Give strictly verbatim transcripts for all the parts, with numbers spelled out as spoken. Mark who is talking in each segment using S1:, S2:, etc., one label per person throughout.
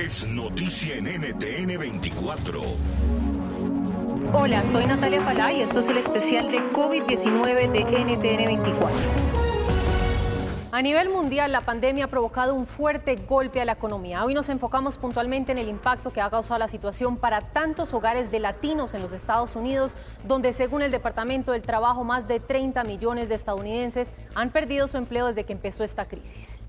S1: es noticia en N T N veinticuatro.
S2: Hola, soy Natalia Falá y esto es el especial de COVID diecinueve de N T N veinticuatro. A nivel mundial, la pandemia ha provocado un fuerte golpe a la economía. Hoy nos enfocamos puntualmente en el impacto que ha causado la situación para tantos hogares de latinos en los Estados Unidos, donde según el Departamento del Trabajo, más de treinta millones de estadounidenses han perdido su empleo desde que empezó esta crisis.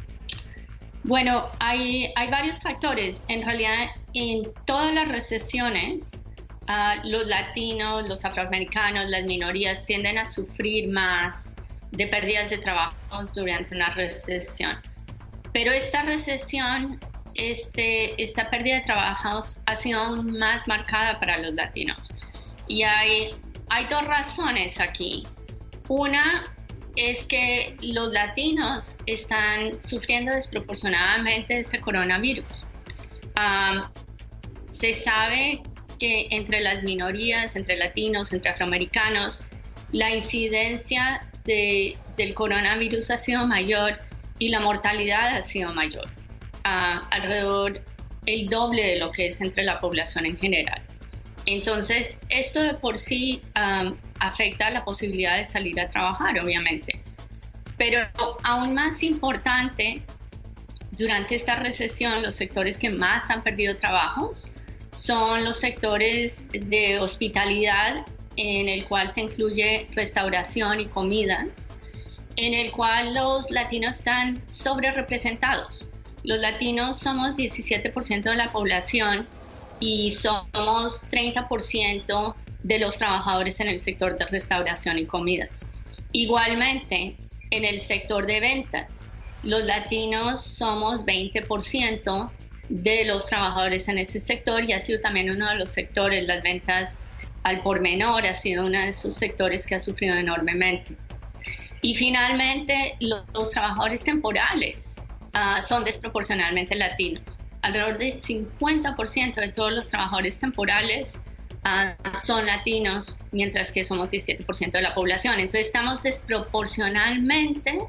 S3: Bueno, hay, hay varios factores. En realidad, en todas las recesiones, uh, los latinos, los afroamericanos, las minorías tienden a sufrir más de pérdidas de trabajos durante una recesión. Pero esta recesión, este, esta pérdida de trabajos ha sido aún más marcada para los latinos. Y hay, hay dos razones aquí. Una es que los latinos están sufriendo desproporcionadamente de este coronavirus. Um, se sabe que entre las minorías, entre latinos, entre afroamericanos, la incidencia de, del coronavirus ha sido mayor y la mortalidad ha sido mayor, uh, alrededor el doble de lo que es entre la población en general. Entonces, esto de por sí um, afecta la posibilidad de salir a trabajar, obviamente. Pero aún más importante, durante esta recesión, los sectores que más han perdido trabajos son los sectores de hospitalidad, en el cual se incluye restauración y comidas, en el cual los latinos están sobre representados. Los latinos somos diecisiete por ciento de la población y somos treinta por ciento de los trabajadores en el sector de restauración y comidas. Igualmente, en el sector de ventas, los latinos somos veinte por ciento de los trabajadores en ese sector y ha sido también uno de los sectores, las ventas al por menor, ha sido uno de esos sectores que ha sufrido enormemente. Y finalmente, los, los trabajadores temporales uh, son desproporcionalmente latinos. Alrededor del cincuenta por ciento de todos los trabajadores temporales uh, son latinos, mientras que somos diecisiete por ciento de la población. Entonces estamos desproporcionalmente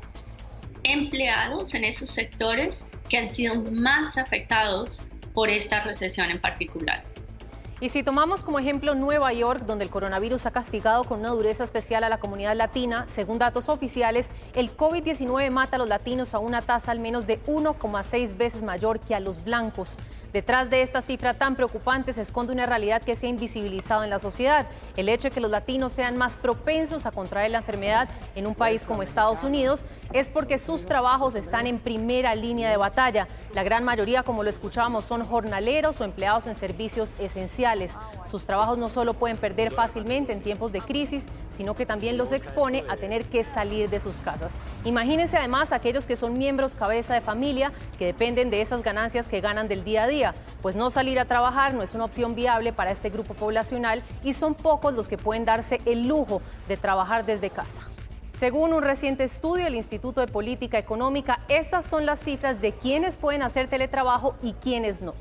S3: empleados en esos sectores que han sido más afectados por esta recesión en particular.
S2: Y si tomamos como ejemplo Nueva York, donde el coronavirus ha castigado con una dureza especial a la comunidad latina, según datos oficiales, el COVID diecinueve mata a los latinos a una tasa al menos de uno coma seis veces mayor que a los blancos. Detrás de esta cifra tan preocupante se esconde una realidad que se ha invisibilizado en la sociedad, el hecho de que los latinos sean más propensos a contraer la enfermedad en un país como Estados Unidos es porque sus trabajos están en primera línea de batalla. La gran mayoría, como lo escuchábamos, son jornaleros o empleados en servicios esenciales. Sus trabajos no solo pueden perder fácilmente en tiempos de crisis, sino que también los expone a tener que salir de sus casas. Imagínense además aquellos que son miembros cabeza de familia que dependen de esas ganancias que ganan del día a día, pues no salir a trabajar no es una opción viable para este grupo poblacional y son pocos los que pueden darse el lujo de trabajar desde casa. Según un reciente estudio del Instituto de Política Económica, estas son las cifras de quienes pueden hacer teletrabajo y quienes no.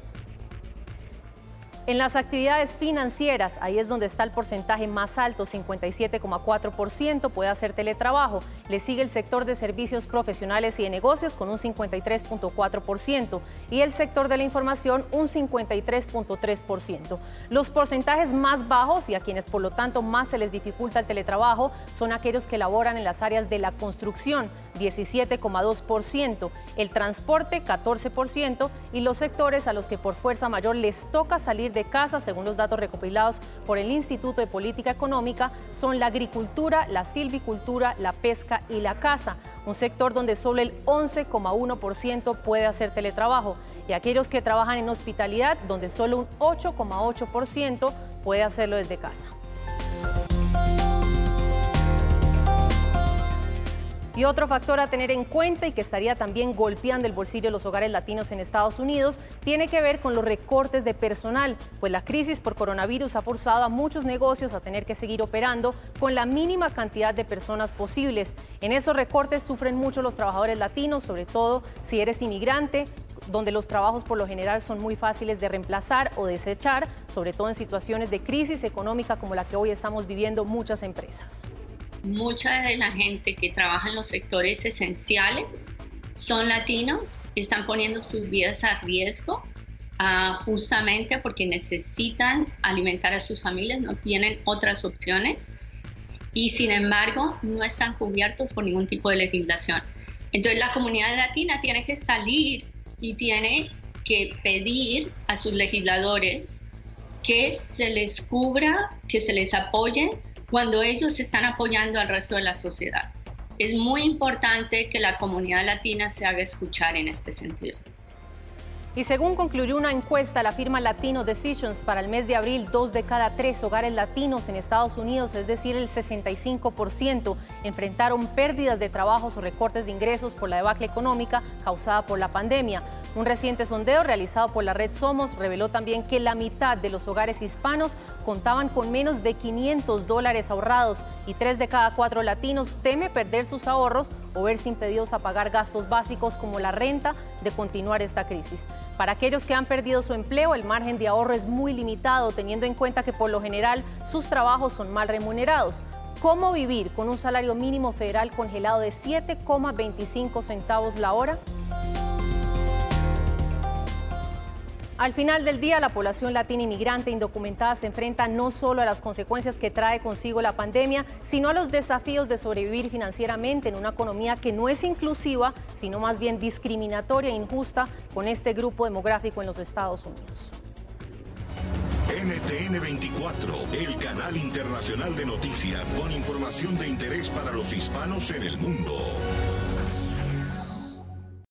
S2: En las actividades financieras, ahí es donde está el porcentaje más alto, cincuenta y siete coma cuatro por ciento puede hacer teletrabajo. Le sigue el sector de servicios profesionales y de negocios con un cincuenta y tres coma cuatro por ciento y el sector de la información un cincuenta y tres coma tres por ciento. Los porcentajes más bajos y a quienes por lo tanto más se les dificulta el teletrabajo son aquellos que laboran en las áreas de la construcción, diecisiete coma dos por ciento, el transporte, catorce por ciento y los sectores a los que por fuerza mayor les toca salir de casa, según los datos recopilados por el Instituto de Política Económica, son la agricultura, la silvicultura, la pesca y la caza, un sector donde solo el once coma uno por ciento puede hacer teletrabajo, y aquellos que trabajan en hospitalidad, donde solo un ocho coma ocho por ciento puede hacerlo desde casa. Y otro factor a tener en cuenta y que estaría también golpeando el bolsillo de los hogares latinos en Estados Unidos tiene que ver con los recortes de personal, pues la crisis por coronavirus ha forzado a muchos negocios a tener que seguir operando con la mínima cantidad de personas posibles. En esos recortes sufren mucho los trabajadores latinos, sobre todo si eres inmigrante, donde los trabajos por lo general son muy fáciles de reemplazar o desechar, sobre todo en situaciones de crisis económica como la que hoy estamos viviendo muchas empresas.
S3: Mucha de la gente que trabaja en los sectores esenciales son latinos, están poniendo sus vidas a riesgo uh, justamente porque necesitan alimentar a sus familias, no tienen otras opciones y sin embargo no están cubiertos por ningún tipo de legislación. Entonces la comunidad latina tiene que salir y tiene que pedir a sus legisladores que se les cubra, que se les apoye cuando ellos están apoyando al resto de la sociedad. Es muy importante que la comunidad latina se haga escuchar en este sentido.
S2: Y según concluyó una encuesta, la firma Latino Decisions para el mes de abril, dos de cada tres hogares latinos en Estados Unidos, es decir, el sesenta y cinco por ciento, enfrentaron pérdidas de trabajos o recortes de ingresos por la debacle económica causada por la pandemia. Un reciente sondeo realizado por la red Somos reveló también que la mitad de los hogares hispanos contaban con menos de quinientos dólares ahorrados y tres de cada cuatro latinos teme perder sus ahorros o verse impedidos a pagar gastos básicos como la renta de continuar esta crisis. Para aquellos que han perdido su empleo, el margen de ahorro es muy limitado, teniendo en cuenta que por lo general sus trabajos son mal remunerados. ¿Cómo vivir con un salario mínimo federal congelado de siete coma veinticinco centavos la hora? Al final del día, la población latina inmigrante indocumentada se enfrenta no solo a las consecuencias que trae consigo la pandemia, sino a los desafíos de sobrevivir financieramente en una economía que no es inclusiva, sino más bien discriminatoria e injusta con este grupo demográfico en los Estados Unidos.
S1: N T N veinticuatro, el canal internacional de noticias con información de interés para los hispanos en el mundo.